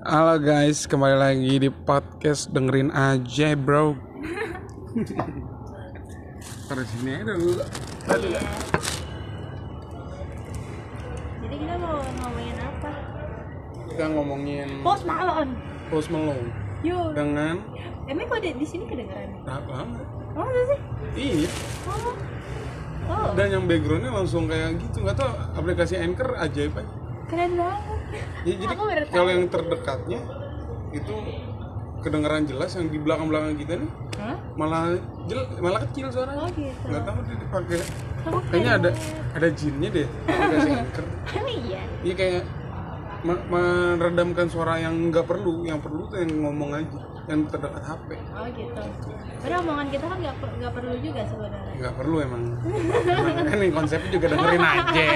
Halo guys, kembali lagi di podcast dengerin aja bro. Taruh sini aja dulu. Iya. Jadi kita mau ngomongin apa? Kita ngomongin Post Malone. Yuk. dengan Emang kok di sini kedengeran? apa? Oh, masa sih? Iya. Oh. Dan yang backgroundnya langsung kayak gitu. Nggak tahu, aplikasi Anchor ajaib aja. Keren banget. Ya, jadi Aku baru tahu. kalau yang terdekatnya itu kedengeran jelas, yang di belakang kita nih Hah? malah kecil suaranya. Oh gitu. Nggak tahu dia dipakai. Oh, Kayaknya keren. ada jinnya deh aplikasi Anchor. Iya. Iya kayak meredamkan suara yang nggak perlu, yang perlu tuh yang ngomong aja, yang terdekat HP. Oh gitu. Padahal omongan kita kan nggak perlu juga sebenarnya. Nggak perlu emang. Kan ini konsepnya juga dengerin aja.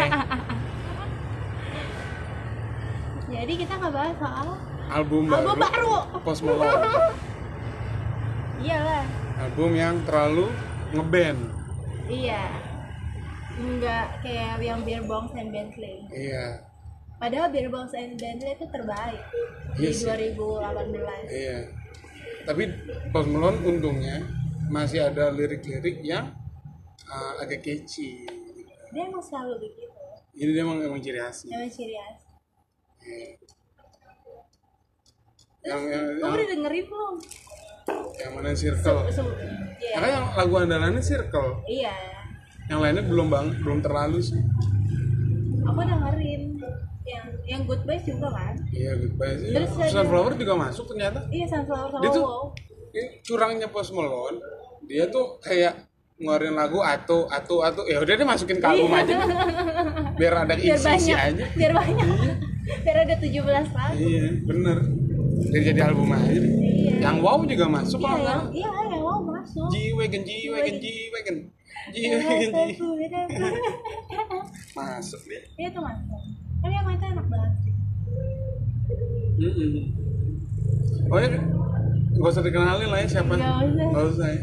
Jadi kita ngebahas soal Album baru. Post Malone. Iyalah. Album yang terlalu ngeband. Iya. Enggak kayak yang Beer Bongs and Bentley. Iya. Padahal Beer Bongs and Bentley itu terbaik Iya di sih. 2018. Iya. Tapi Post Malone untungnya masih ada lirik-lirik yang agak catchy. Dia emang selalu begitu. Jadi dia emang ciri khasnya. Emang ciri khas. Yang Kamu udah dengerin belum? yang mana Circle? Iya. Karena yang lagu andalannya Circle. Iya. Yang lainnya belum terlalu sih. Aku dengerin yang Goodbye juga kan? Iya, Goodbye sih. Terus ada- Sunflower juga masuk ternyata. Iya, Sunflower sama Dia tuh Wow. ini curangnya Post Malone. Dia tuh kayak ngeluarin lagu atau ya udah dia masukin ke album aja deh. Biar ada Biar isi banyak. aja. Biar banyak. Biar ada 17 lagu. Iya, bener. Jadi album aja deh. Iya. Yang Wow juga masuk Iya, kalau nggak yang salah. yang Wow masuk. G-Wagon masuk deh. Iya tuh masuk. Tapi yang itu enak banget sih. Oh ya, nggak usah dikenalin lah ya siapa. Nggak usah. Ya.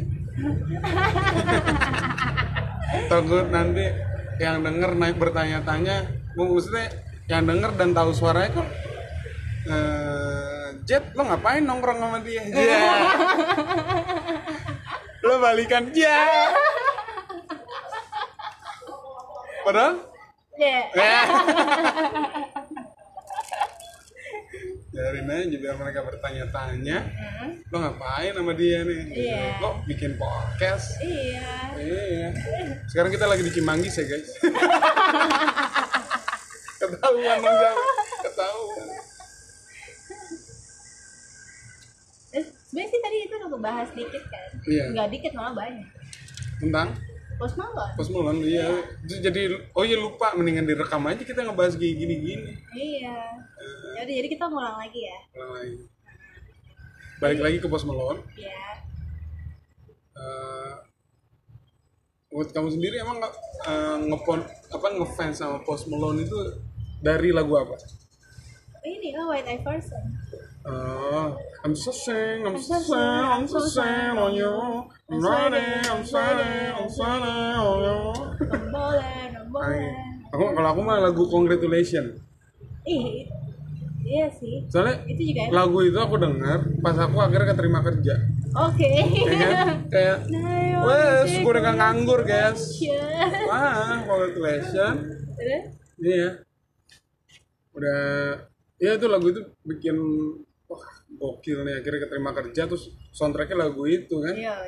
Takut nanti yang denger naik bertanya-tanya, maksudnya yang denger dan tahu suaranya kok Jet, lo ngapain nongkrong sama dia? Iya. Lo balikan, ya. Padahal Iya. ya. Biarin aja biar mereka bertanya-tanya. Lo ngapain sama dia nih? Iya. Lo bikin podcast? Iya. Iya. Sekarang kita lagi di Cimanggis ya guys. Ketahuan dong jam. Ketahuan. Sebenarnya sih tadi itu udah ngebahas dikit kan? Iya. Nggak dikit, malah banyak. Tentang Post Malone. Post Malone dia. Jadi oh iya lupa, mendingan direkam aja kita ngebahas kayak gini-gini. Iya. Jadi kita ngulang lagi ya. Ulang lagi. Balik lagi ke Post Malone. Iya. Buat kamu sendiri emang ngefans sama Post Malone itu dari lagu apa? Ini White Iverson. I'm so sad on you. I'm running on you. Nombolen. Kalau aku mah lagu Congratulations. Iya sih. Soalnya Itu juga. lagu itu aku dengar pas aku akhirnya keterima kerja. Oke. Ya kan? Kayak wes, gue udah gak nganggur guys. Wah, Congratulations. Iya. Udah. Ya itu lagu itu bikin wah gokil nih, akhirnya keterima kerja, terus soundtracknya lagu itu kan. Iya.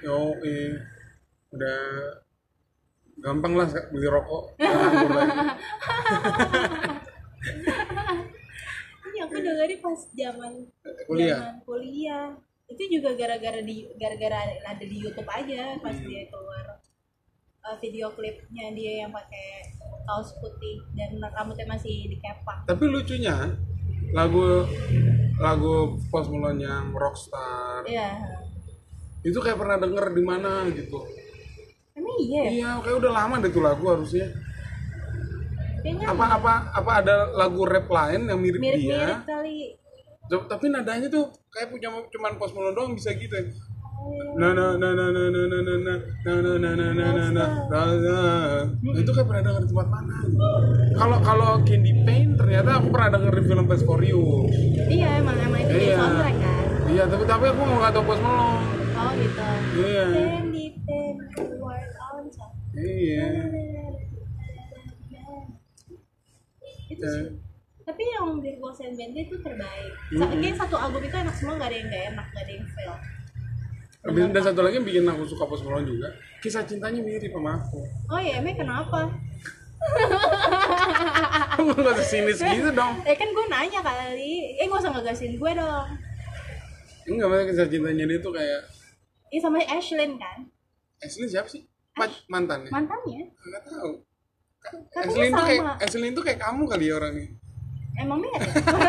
Udah gampang lah beli rokok, nggak nganggur lagi. Ini aku dengerin pas zaman kuliah. Itu juga gara-gara ada di YouTube aja pas dia keluar video klipnya dia yang pakai kaos putih dan rambutnya masih dikepak. Tapi lucunya lagu Post Malone yang Rockstar Iya. itu kayak pernah denger di mana gitu. Emang iya? Iya, kayak udah lama deh tuh lagu harusnya. Kayaknya Apa ada lagu rap lain yang mirip mirip-mirip dia? kali. Tapi nadanya tuh kayak punya cuman Post Malone doang bisa gitu ya. Itu kayak pernah denger di tempat mana? Kalau Candy Paint ternyata aku pernah denger di film Fast for You. Iya, emang itu di soundtrack kan. Iya, tapi aku nggak tahu Post Malone. Oh gitu. Iya. Candy Paint Word on top. Iya. Itu sih. Tapi yang Virtual and Band itu terbaik. Kayaknya satu album itu enak semua, nggak ada yang nggak enak, nggak ada yang fail. Dan satu lagi yang bikin aku suka Post Malone juga, kisah cintanya mirip sama aku. Oh iya, emang kenapa? Kamu gak sesinis gitu dong. Kan gue nanya kali. Gak usah ngegasin gue dong. Enggak, maksudnya kisah cintanya dia tuh kayak sama Ashlyn kan? Ashlyn siapa sih? Mantannya? Mantannya? Gak tahu. Ashlyn tuh kayak kamu kali ya orangnya. Emang mirip?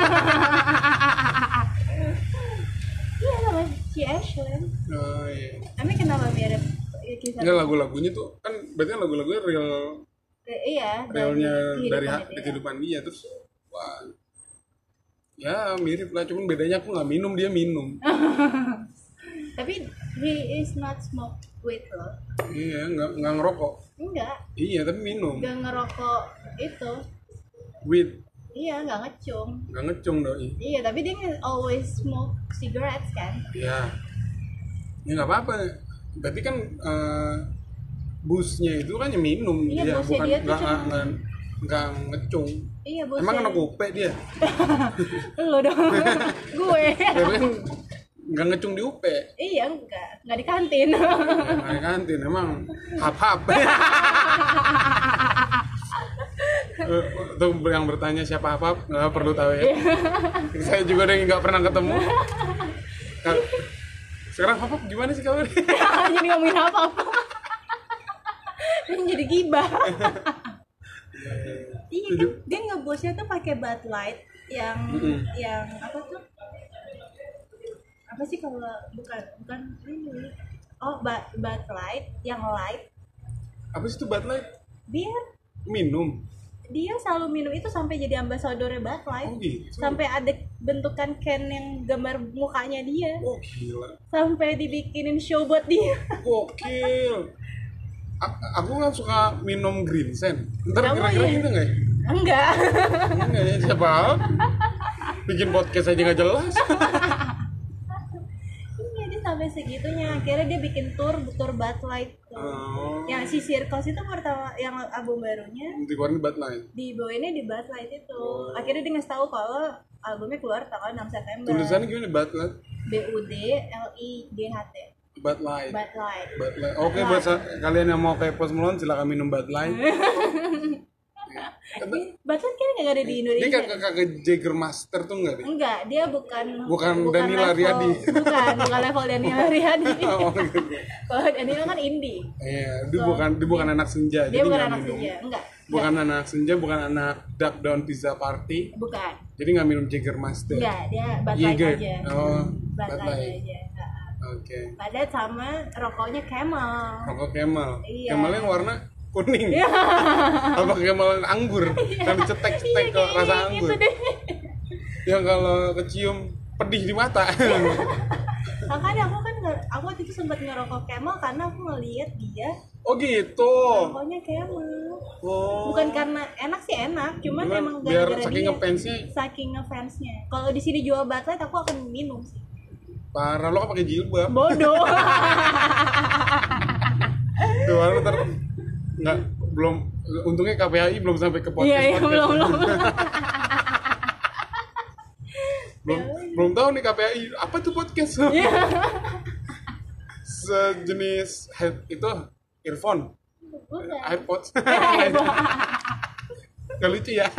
Iya sama si Ashlyn. Oh iya. Emang kenapa mirip? Enggak, lagu-lagunya tuh kan berarti kan lagu-lagunya realnya dari kehidupan dia, terus wah ya mirip lah, cuman bedanya aku nggak minum, dia minum. Tapi he is not smoke weed loh. Iya, nggak ngerokok. Enggak. Iya, tapi minum. Nggak ngerokok itu. Weed. Iya, nggak ngecung. Nggak ngecung doi. Iya, tapi dia always smoke cigarettes kan. Iya. Ya nggak apa-apa. Berarti kan busnya itu kan minum, iya, dia bukan nggak ngecung. Iya, busnya. Emang kena kope dia? Lo dong. Gue. Tapi kan nggak ngecung di UP. Iya, nggak di kantin. Nggak di kantin, emang hap-hap. Untuk yang bertanya siapa hap-hap, nggak perlu tahu ya. Saya juga udah nggak pernah ketemu. Sekarang hap-hap gimana sih kamu? Jadi ngomongin hap-hap. Jadi gibah. Iya kan, dia ngebosnya tuh pakai Bud Light yang apa tuh? Apa sih kalau bukan ini? Oh, Bud Light yang light. Apa sih itu Bud Light? Dia minum. Dia selalu minum itu sampai jadi ambasadornya Bud Light. Oh gitu. Sampai ada bentukan can yang gambar mukanya dia. Oh gila. Sampai dibikinin show buat dia. Gokil. Aku kan suka minum green sand. Ntar kira-kira gitu nggak ya? Enggak. Enggak ya, siapa? Bikin podcast aja nggak jelas. Iya, dia sampai segitunya. Akhirnya dia bikin tour Bud Light tuh. Oh. Yang si Circles itu pertama, yang album barunya. Dikeluarin Bud Light. Dibawainnya di Bud Light itu. Akhirnya dia ngasih tahu kalau albumnya keluar tanggal 6 September. Tulisannya gimana Bud Light? BUDLIGHT. Bud Light. Bud Light. Oke, buat kalian yang mau kayak Post Malone silakan minum Bud Light. Bud Light kayaknya nggak ada di Indonesia. Dia kakak Jagger Master tuh nggak deh? Enggak, dia bukan Danila Riyadi. Bukan level Danila Riyadi. Oh, gitu. Kalau Danila kan indie. Iya, dia bukan anak senja. Dia bukan anak senja, enggak. Bukan anak senja, bukan anak Duck Down Pizza Party. Bukan. Jadi nggak minum Jagger Master. Enggak, dia Bud Light aja. Oh, Bud Light aja. Oke. Padat sama rokoknya Camel. Rokok Camel. Iya. Camel yang warna kuning. Iya. Apa Camel anggur? Kan cetek-cetek ke rasa anggur. Itu deh. Yang kalau kecium pedih di mata. Makanya aku waktu itu sempat ngerokok Camel karena aku ngeliat dia. Oh gitu. Rokoknya Camel. Oh. Bukan karena enak sih enak, cuman emang biar gara-gara saking dia. ngefansnya. Saking ngefansnya. Kalau di sini jual Bud Light aku akan minum sih. Parah, lo kan pakai jilbab. Bodoh. Tuh, ntar nggak belum, untungnya KPAI belum sampai ke podcast. Iya, belum tahu nih KPAI apa tuh podcast. Sejenis itu earphone. Bukan. AirPods. Gak lucu ya.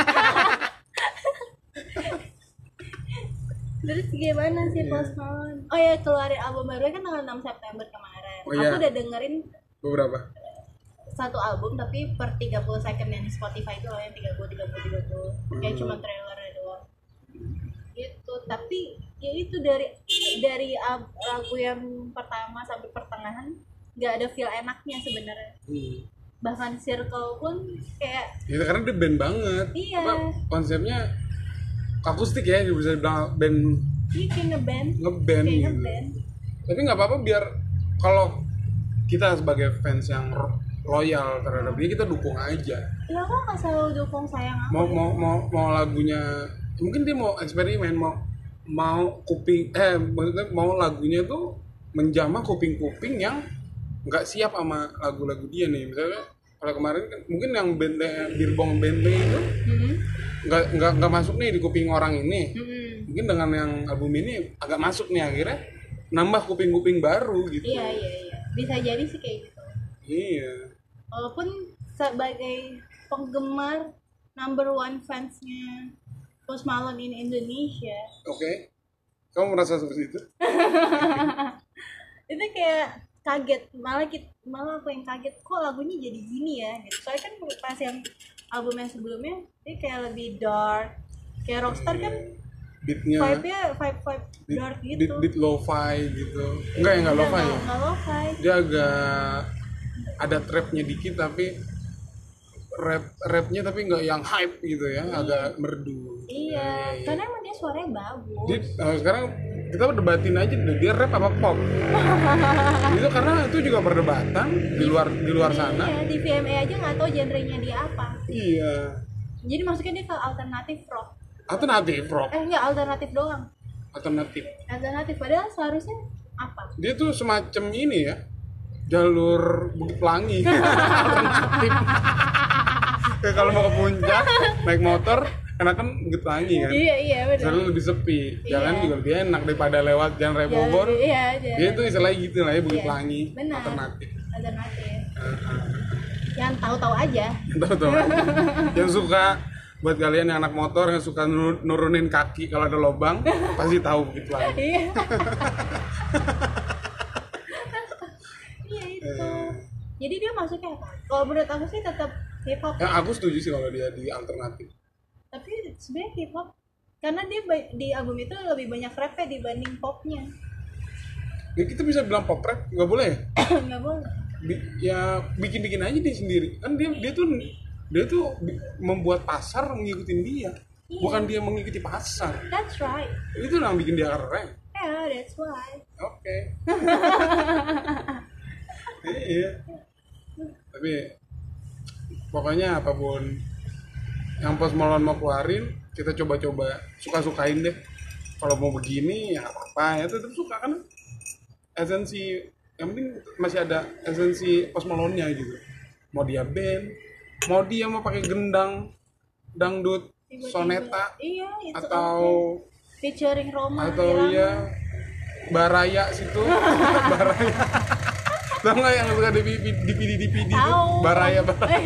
Terus gimana sih Post Malone? Oh ya, keluarin album baru kan tanggal 6 September kemarin. Aku udah dengerin beberapa. Satu album tapi per 30 second yang di Spotify itu yang 30. Kayak cuma trailernya doang. Gitu. Tapi ya itu dari lagu yang pertama sampai pertengahan nggak ada feel enaknya sebenarnya. Bahkan Circle pun kayak itu karena dia band banget. Iya. Konsepnya akustik ya, bisa bilang band. Iya, kayak ngeband Tapi nggak apa-apa, biar kalau kita sebagai fans yang loyal terhadap dia, kita dukung aja. Ya aku nggak selalu dukung sayang aku. Mau lagunya, mungkin dia mau eksperimen, mau kuping maksudnya mau lagunya tuh menjamah kuping-kuping yang nggak siap sama lagu-lagu dia nih. Misalnya kalau kemarin kan mungkin yang Birbong Bente itu nggak masuk nih di kuping orang ini. Mungkin dengan yang album ini agak masuk nih, akhirnya nambah kuping-kuping baru gitu. Iya bisa jadi sih kayak gitu. Iya, Walaupun sebagai penggemar number one fansnya Post Malone in Indonesia, oke. Kamu merasa seperti itu? itu kayak kaget, malah aku yang kaget kok lagunya jadi gini ya gitu. Soalnya kan pas yang album yang sebelumnya dia kayak lebih dark, kayak Rockstar kan Beatnya vibe dark gitu. beat lo-fi gitu. Enggak lo-fi ya? Enggak lo-fi. Dia agak ada trapnya dikit, tapi rapnya tapi nggak yang hype gitu ya, agak merdu. Iya, karena emang dia suaranya bagus. Sekarang kita debatin aja dia rap apa pop. Itu karena itu juga perdebatan di luar sana. Iya, di VMA aja nggak tahu genrenya dia apa. Iya. Jadi maksudnya dia ke alternatif rock. Alternatif rock. Enggak, alternatif doang. Alternatif padahal seharusnya apa? Dia tuh semacam ini ya, jalur Bukit Pelangi. Alternatif. Kayak kalau mau ke puncak naik motor enakan Bukit Pelangi kan. Iya benar. Selalu lebih sepi, jalan juga lebih enak daripada lewat Jalan Raya Bogor. Iya. Dia itu istilahnya gitu lah ya, Bukit Pelangi. Benar. Alternatif. Yang tahu-tahu aja. Tahu. Yang suka, buat kalian yang anak motor yang suka nurunin kaki kalau ada lubang, pasti tahu Bukit Pelangi. Iya. Iya itu. Jadi dia masuknya apa? Kalau menurut aku sih tetap hip hop. Aku setuju sih kalau dia di alternatif. Tapi sebenarnya hip hop karena dia di album itu lebih banyak rapnya dibanding popnya. Ya kita bisa bilang pop rap, nggak boleh ya? Nggak boleh. Ya bikin aja dia sendiri. Kan dia tuh membuat pasar ngikutin dia. Iya. Bukan dia mengikuti pasar. That's right. Itu yang bikin dia keren. Yeah, that's why. Oke. Iya. Tapi pokoknya apapun yang Post Malone mau keluarin, kita coba-coba suka-sukain deh. Kalau mau begini ya apa ya, tetap suka kan. Esensi yang penting masih ada esensi Post Malone-nya gitu. Mau dia band, mau dia mau pakai gendang, dangdut, Tiba-tiba. soneta, Iya, itu atau featuring Roma atau iya Baraya situ. Baraya. Tahu nggak yang suka di DVD itu? Baraya.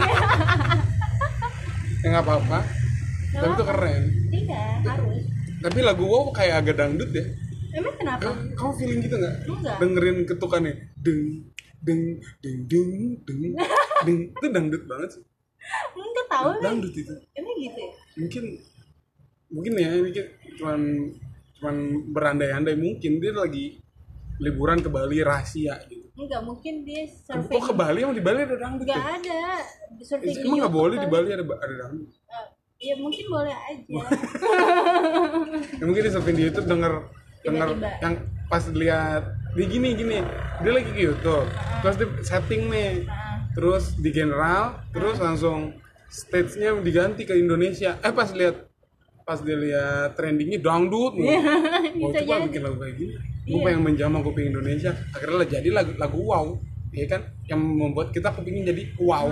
Ya nggak apa-apa. Tapi itu keren. Iya, harus. Tapi lagu Wow kayak agak dangdut ya. Emang kenapa? Kamu feeling gitu nggak? Enggak. Dengerin ketukannya, deng deng deng deng deng deng, itu dangdut banget sih. Enggak tahu nih. Dangdut itu. Emang gitu ya? Mungkin ya ini cuman berandai-andai, mungkin dia lagi liburan ke Bali rahasia gitu. Enggak, mungkin dia surfing. Kok ke Bali? Emang di Bali ada dangdut? Enggak ya? ada. Surfing di Emang nggak YouTube boleh di kali. Bali ada dangdut? Ya mungkin boleh aja. Ya, mungkin di surfing di YouTube denger Tiba-tiba. yang pas lihat di gini dia lagi ke YouTube, terus di setting nih, terus di general, terus langsung stage-nya diganti ke Indonesia. Pas dia lihat trendingnya dangdut, mau Bisa coba jadi. bikin lagu kayak gini. Gue pengen menjamah kuping Indonesia, akhirnya jadi lagu Wow, ya kan, yang membuat kita kupingin jadi wow.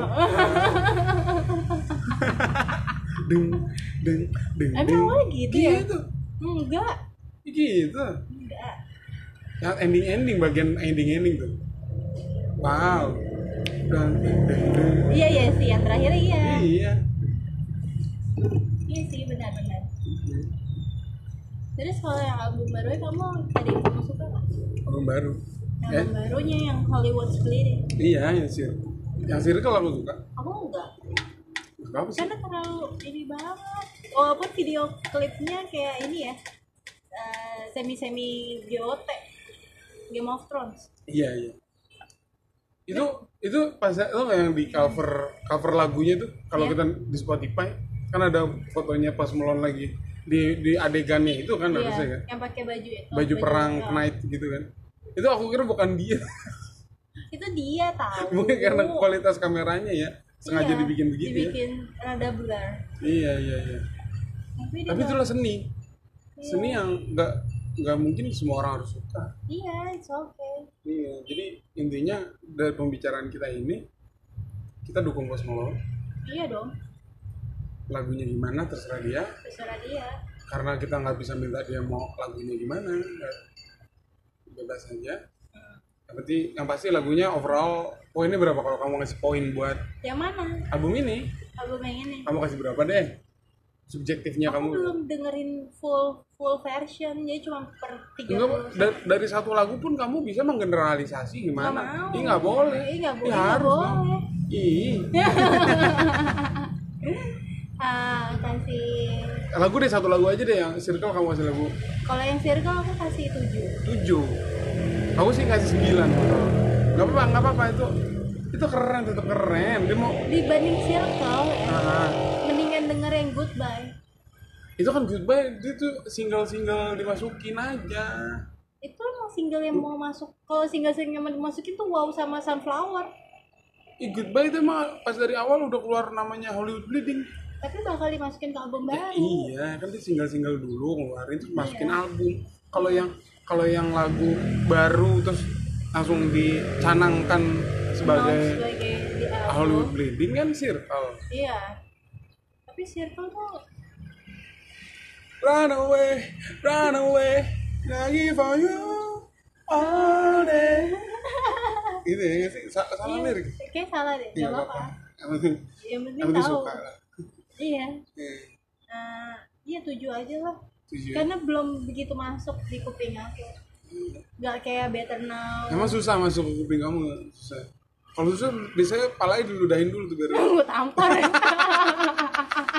deng deng deng. Emang awalnya gitu ya? Gitu. Enggak. Gitu. Enggak. Yang bagian ending tuh. Wow. Dan Iya sih, yang terakhir iya. iya. Iya sih, benar-benar. Terus kalau yang album barunya kamu suka nggak? Album baru. Yang barunya yang Hollywood Split. Iya, yang Circle aku suka. Aku enggak. Apa sih? Karena terlalu ini banget. Walaupun video klipnya kayak ini ya, semi GOT, Game of Thrones. Iya. Itu pas lo yang di cover lagunya tuh, kalau kita di Spotify kan ada fotonya Post Malone lagi di adegannya itu kan, harusnya kan. Yang pakai baju itu. Baju perang knight gitu kan. Itu aku kira bukan dia. Itu dia tahu. Mungkin karena kualitas kameranya ya sengaja Iya, dibikin begitu dibikin rada blur. Iya. Tapi itulah seni. Iya. Seni yang nggak mungkin semua orang harus suka. Iya, it's okay. Iya, jadi intinya dari pembicaraan kita ini kita dukung Post Malone. Iya dong. Lagunya gimana terserah dia. Terserah dia. Karena kita nggak bisa minta dia mau lagunya gimana, bebas aja. Yang pasti lagunya overall poinnya berapa kalau kamu ngasih poin buat yang mana? Album ini? Album yang ini. Kamu kasih berapa deh? Subjektifnya Aku kamu. belum dengerin full version, jadi cuma per 30. Enggak, dari satu lagu pun kamu bisa menggeneralisasi gimana? Nggak mau. Nggak boleh. Nggak boleh. Harus Nggak dong. boleh. Kasih Lagu deh, satu lagu aja deh yang Circle kamu kasih lagu. kalau yang Circle aku kasih 7. Aku sih kasih 9. Nggak apa-apa itu keren, tetap keren. Dia mau dibanding Circle ya. Ah, Mendingan denger yang Goodbye. itu kan Goodbye, dia tuh single dimasukin aja. Itu emang single yang mau masuk. Kalau single yang mau dimasukin tuh Wow sama Sunflower. Goodbye itu mah pas dari awal udah keluar namanya Hollywood Bleeding. Tapi bakal dimasukin ke album baru. Iya, kan dia single dulu ngeluarin terus masukin album. Kalau yang lagu baru terus langsung dicanangkan sebagai di album. Hollywood Bleeding kan Circle. Iya. Tapi Circle tuh Run away, lagi for you all day. Gitu ya sih, salah lirik. Kayak salah deh, Iya, gak apa-apa. Yang penting Yang tahu. suka lah. Iya. Iya 7 aja lah. 7. Karena belum begitu masuk di kuping aku. Gak kayak Better Now. Emang susah masuk ke kuping kamu, susah. Kalau susah biasanya palanya diludahin dulu tuh biar Gue tampar.